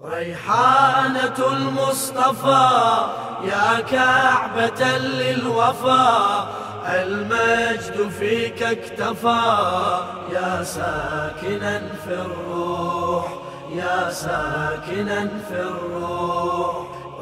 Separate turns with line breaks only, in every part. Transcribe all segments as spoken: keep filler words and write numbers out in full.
ريحانة المصطفى يا كعبة للوفا، المجد فيك اكتفى يا ساكنا في الروح، يا ساكنا في الروح.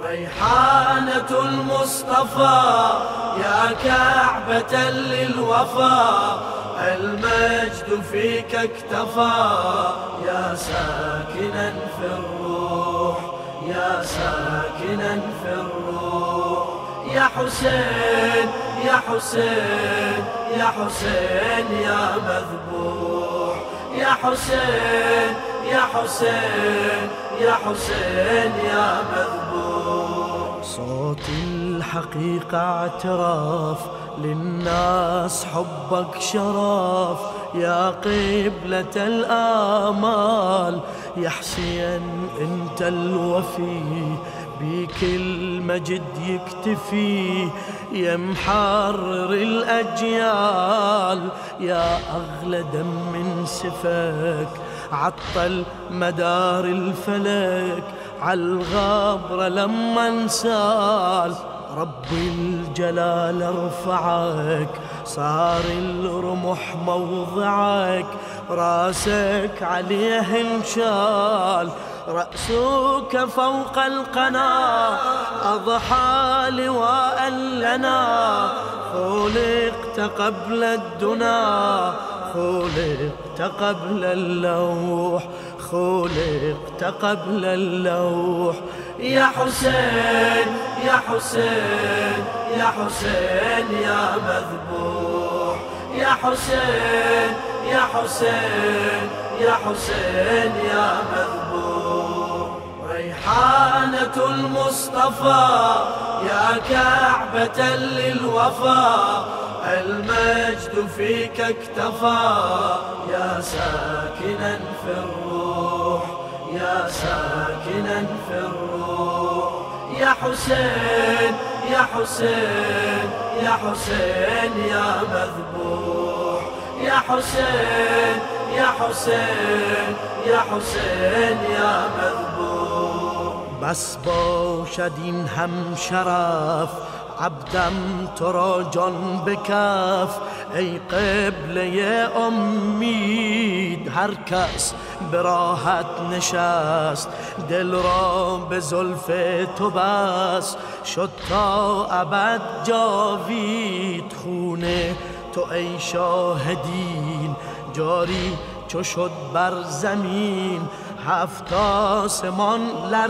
ريحانة المصطفى يا كعبة للوفا، المجد فيك اكتفى يا ساكنا في الروح، يا ساكنا في الروح. يا حسين يا حسين يا حسين يا مذبوح، يا حسين يا حسين يا حسين يا مذبوح. صوت الحقيقة اعتراف للناس، حبك شرف يا قبلة الآمال. يا حسين انت الوفي بيك المجد يكتفي، يا محرر الأجيال، يا أغلى دم من سفك عطل مدار الفلك، عالغبرة لما انسال. رب الجلال ارفعك، صار الرمح موضعك، راسك عليه انشال، رأسك فوق القنا، أضحى لواء لنا. خلقت قبل الدنا، خلقت قبل اللوح، خلقت قبل اللوح. يا حسين يا حسين يا حسين يا مذبوح، يا حسين يا حسين يا حسين يا مذبوح. ريحانة المصطفى يا كعبة للوفا، المجد فيك اكتفى يا ساكنا في الروح، يا ساكنا في الروح. يا حسين يا حسين يا حسين يا مذبوح، يا حسين يا حسين يا حسين يا مذبوح. بس بوشدين هم شرف عبدم تراجن بكف، ای قبله يا امید هر کس براحت نشست، دل را به زلف تو بس شد تا ابد جاوید. خونه تو ای شاهدین جاری چو شد بر زمین، هفت آسمان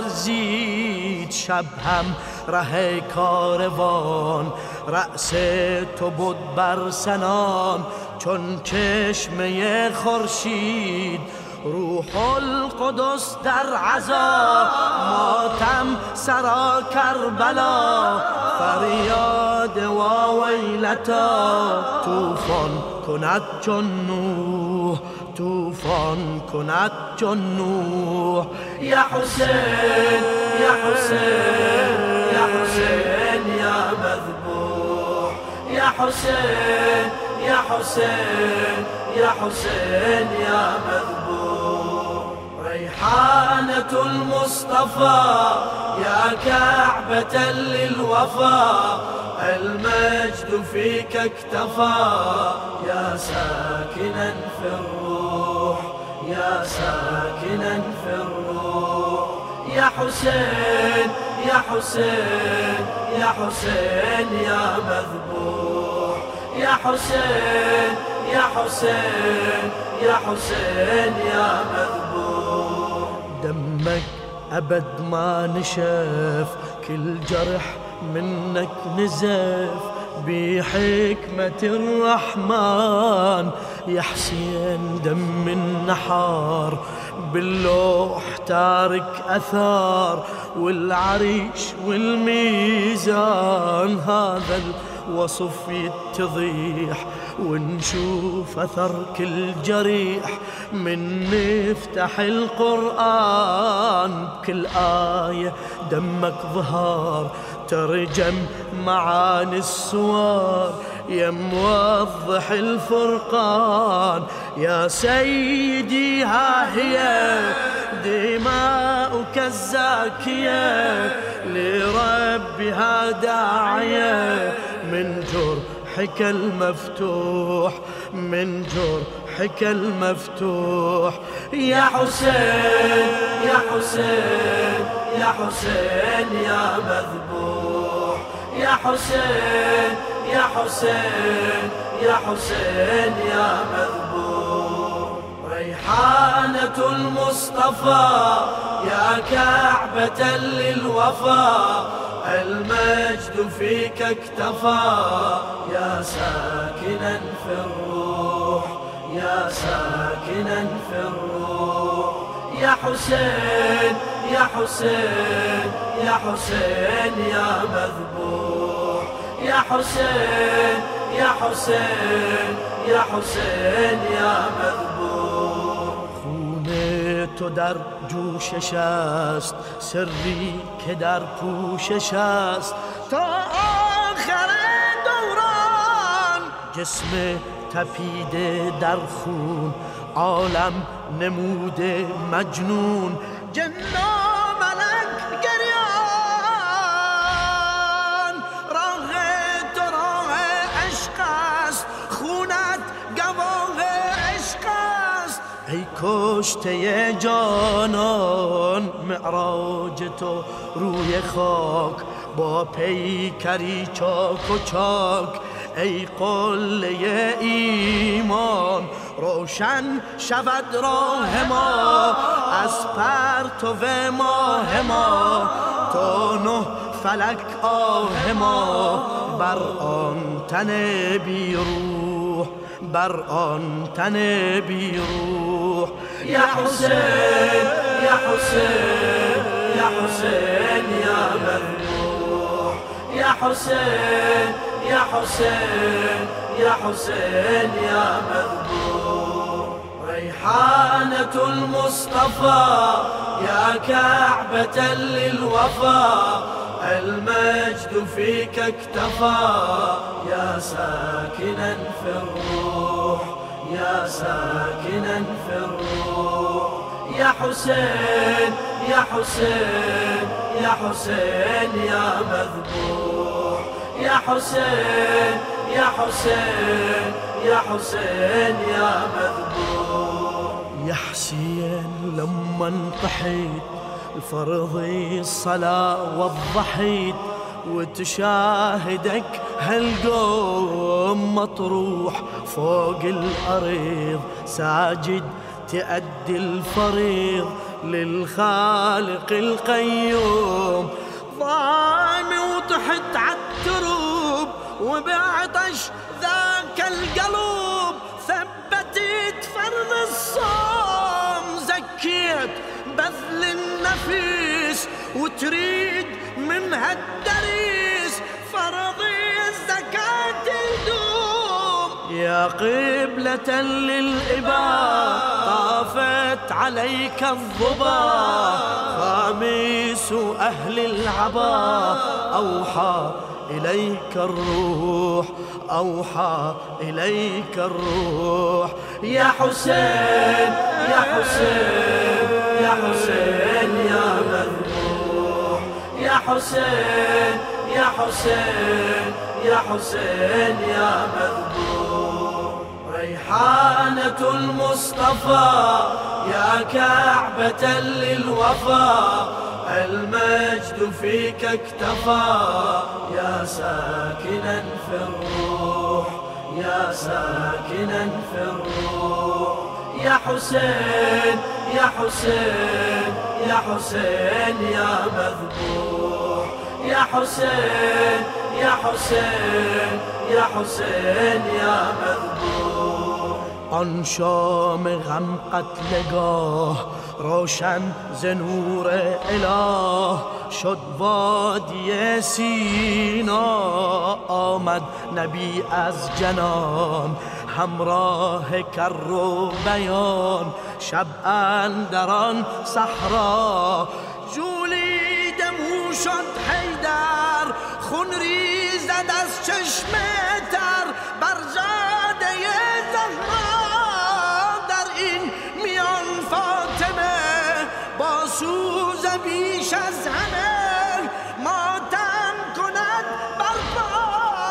لرزید شب هم ره کاروان، رأس تو بود بر سنان چون چشمه خورشید. روح القدس در عزا ماتم سرا کربلا، فریاد و ویلتا طوفان کند چون نوح، طوفان کند چون نوح. یا حسین یا حسین یا حسین یا مذبوح، یا حسین یا حسین يا حسين يا مذبوح. ريحانة المصطفى يا كعبة للوفا، المجد فيك اكتفى يا ساكنا في الروح، يا ساكنا في الروح. يا حسين يا حسين يا حسين يا مذبوح، يا حسين يا حسين يا حسين يا مذبوح. دمك أبد ما نشف، كل جرح منك نزف بحكمة الرحمن. يا حسين دم النحار باللوح تارك أثار، والعريش والميزان هذا الوصف يتضيح، ونشوف أثر كل جريح من نفتح القرآن. بكل آية دمك ظهار ترجم معاني السوار، يا موضح الفرقان. يا سيدي ها هي دماء أسماؤك الزاكية لربها داعية من جرحك المفتوح من جرحك المفتوح يا حسين يا حسين يا حسين يا مذبوح يا حسين يا حسين يا حسين يا مذبوح ريحانة المصطفى يا كعبة للوفا المجد فيك اكتفى يا ساكنا في الروح يا ساكنا في الروح يا حسين يا حسين يا حسين يا مذبوح يا حسين يا حسين يا حسين يا مذبوح خونت در جوشش است سری که در پوشش است تا آخر دوران جسم تپیده در خون عالم نموده مجنون جن و ملک گریان راه تو راه عشق است خونت گواه عشق است ای کشته جانان معراج تو روی خاک با پیکری چاک و چاک ای قله ایمان روشن شود راه ما از پرتو ماه ما تا نه فلک آه ما بر آن تن بی روح بر آن تن بی روح یا حسین یا حسین یا حسین یا مذبوح یا حسین يا حسين يا حسين يا مذبوح ريحانة المصطفى يا كعبة للوفا المجد فيك اكتفى يا ساكنا في الروح يا ساكنا في الروح يا حسين يا حسين يا حسين يا مذبوح يا حسين يا حسين يا حسين يا مذبوح يا حسين لما انطحيت الفرض الصلاة وضحيت وتشاهدك هالقوم مطروح فوق الأرض ساجد تأدي الفريض للخالق القيوم ضامي وطحت عالدروب وبعطش ذاك القلوب ثبتت فرض الصوم زكيت بذل النفيس وتريد منها الدريس فرض الزكاة يدوم يا قبلة للإباء طافت عليك الظبا خامس أهل العبا أوحى إليك الروح أوحى إليك الروح يا حسين يا حسين يا حسين يا مذبوح يا حسين يا حسين يا حسين يا مذبوح ريحانة المصطفى يا كعبة للوفا المجد فيك اكتفى يا ساكنا في الروح يا ساكنا في الروح يا حسين يا حسين يا حسين يا مذبوح يا حسين يا حسين يا حسين يا مذبوح آن شام غم قتلگاه روشن ز نور اله شد وادی سینا آمد نبی از جنان همراه کر و بیان شب اندران صحرا جولید مو شد حیدر خون ریزد از چشم تر بر جاده زهرا در این میان فاطمه با سوز بیش از همه ماتم کند برپا.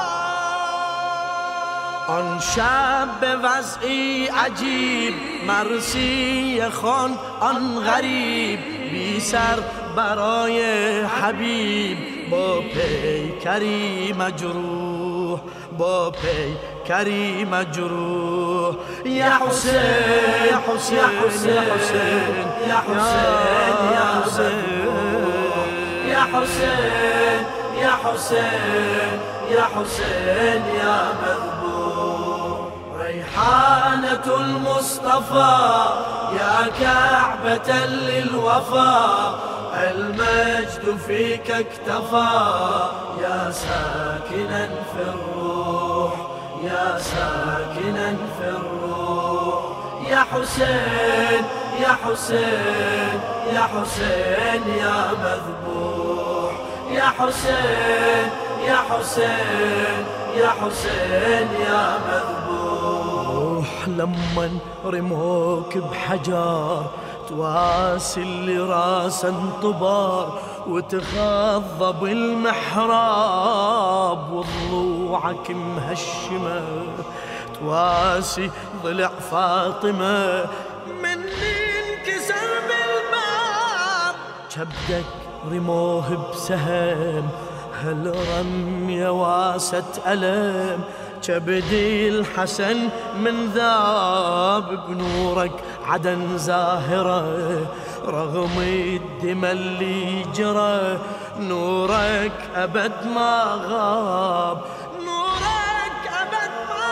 آن شب به وضعی عجیب مرسی خان آن غریب بی سر برای حبیب با پیکری مجروح با پیکری مجروح. یا حسین یا حسین یا حسین یا حسین یا حسین یا حسین یا حسین یا حسین یا مذبوح. ريحانة المصطفى يا كعبة للوفا المجد فيك اكتفى يا ساكنا في الروح يا ساكنا في الروح. يا حسين يا حسين يا حسين يا مذبوح. يا حسين يا حسين يا حسين يا مذبوح. لما رموك بحجار تواسي اللي راسا طبار وتخضى بالمحراب وضلوعك مهشمة تواسي ضلع فاطمة مني انكسر بالباب. كبدك رموه بسهم هالرمية واست ألم كبدي الحسن من ذاب بنورك عدن زاهرة رغم الدمى اللي جرى نورك أبد ما غاب نورك أبد ما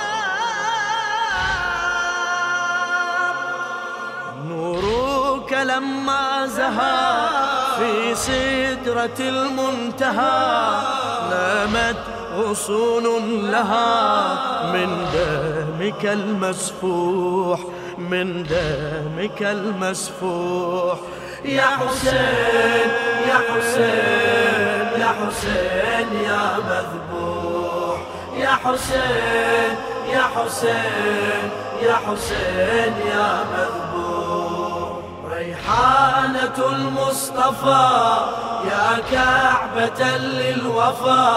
غاب. نورك لما زهى في سدرة المنتهى نامت غصون لها من دمك المسفوح من دمك المسفوح. يا حسين يا حسين يا حسين يا مذبوح. يا حسين يا حسين يا حسين يا مذبوح. ريحانة المصطفى يا كعبة للوفا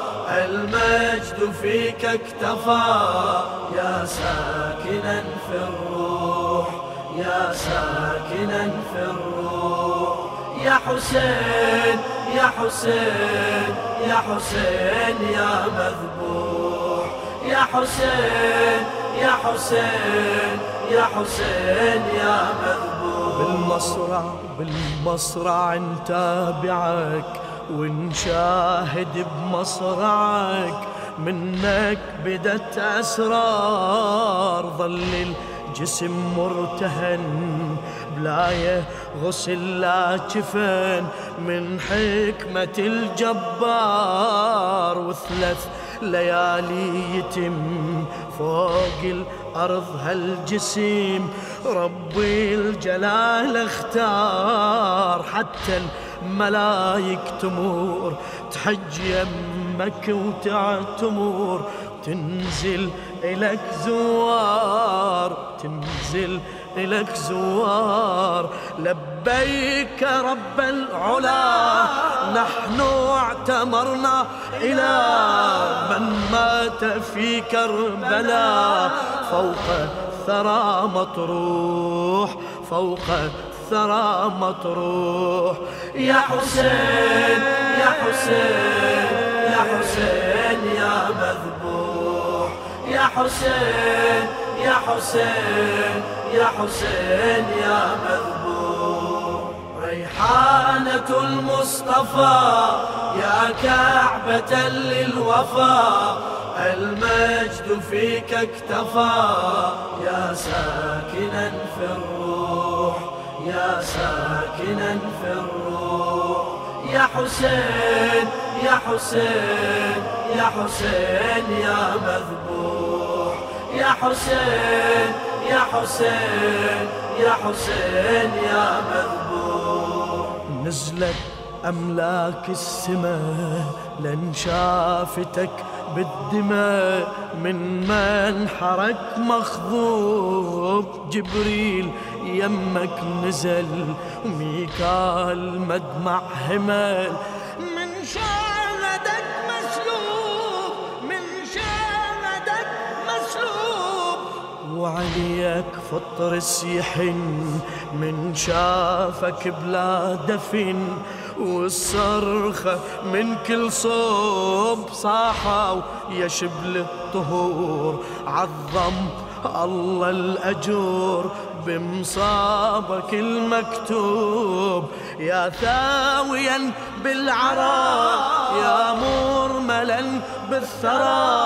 المجد فيك اكتفى يا ساكنا في الروح يا ساكنا في الروح. يا حسين يا حسين يا حسين يا مذبوح. يا حسين يا حسين يا حسين يا مذبوح. بالمصرع بالمصرع نتابعك ونشاهد بمصرعك منك بدت أسرار ظل الجسم مرتهن بلاية غسل لا جفن من حكمة الجبار وثلاث ليالي يتم فوق الأرض هالجسيم ربي الجلال اختار حتى الملايك تمور تحج يمك وتعتمر تنزل إلك زوار تنزل إلك زوار. لبيك رب العلا نحن اعتمرنا إلى من مات في كربلاء فوق الثرى مطروح فوق الثرى مطروح. يا حسين يا حسين يا حسين يا مذبوح. يا حسين يا حسين يا حسين يا مذبوح. ريحانة المصطفى يا كعبة للوفا المجد فيك اكتفى يا ساكنا في الروح يا ساكنا في الروح. يا حسين يا حسين يا حسين يا مذبوح. يا حسين يا حسين يا حسين يا مذبوح. نزلت أملاك السماء لن شافتك بالدماء من منحرك مخضوب. جبريل يمك نزل وميكال مدمع همل من شاهدك مسلوب، من شاهدك مسلوب. وعليك فطرس يحن من شافك بلا دفن، والصرخة من كل صوب صاحوا يا شبل الطهور. عظم الله الأجور بمصابك المكتوب، يا ثاويا بالعراء يا مرملا بالثرى.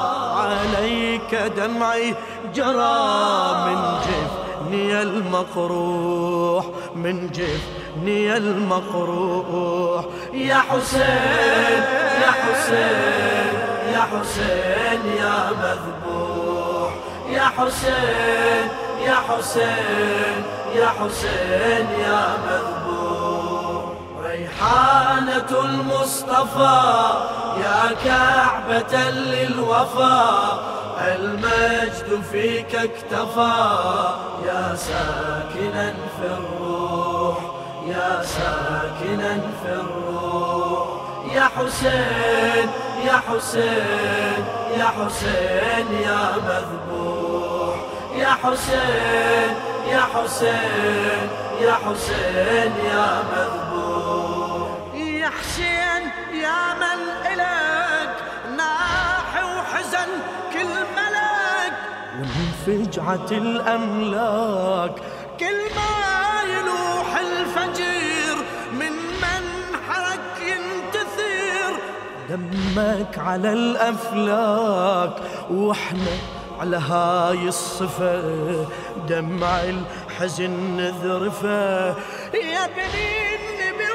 عليك دمعي جرى من جفني المقروح، من جفني المقروح. يا حسين يا حسين يا حسين يا مذبوح، يا حسين يا حسين يا حسين يا مذبوح. ريحانة المصطفى يا كعبة للوفا، المجد فيك اكتفى يا ساكنا في الروح، يا ساكنا في الروح. يا حسين يا حسين يا حسين يا مذبوح، يا حسين يا حسين يا حسين يا مذبوح. يا حسين يا من إلك ناحي وحزن كل ملك، وانفجعت الأملاك كل ما يلوح الفجر من منحرك ينتثر. دمك على الأفلاك واحنا على هاي الصفة دمع الحزن نذرفه. يا بني النبي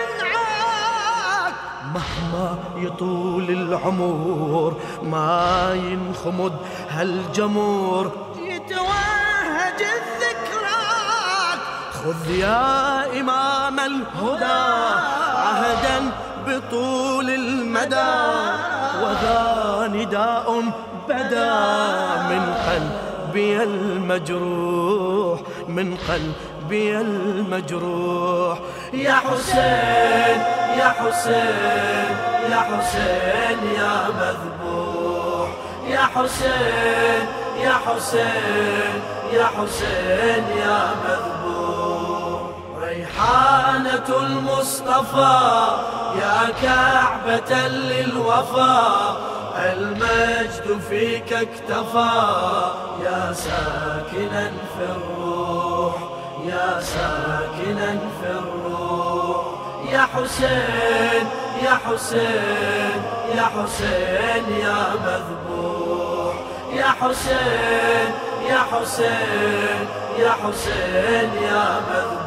وننعاك مهما يطول العمر ما ينخمد هالجمر. يتوهج الذكراك خذ يا إمام الهدى عهدا بطول المدى، وذا نداء بدا من قلبي المجروح، من قلبي المجروح. يا حسين يا حسين يا حسين يا مذبوح، يا حسين يا حسين يا حسين يا مذبوح. ريحانة المصطفى يا كعبة للوفا، المجد فيك اكتفى يا ساكنا في الروح، يا ساكنا في الروح. يا حسين يا حسين يا حسين يا مذبوح، يا حسين يا حسين يا حسين يا مذبوح.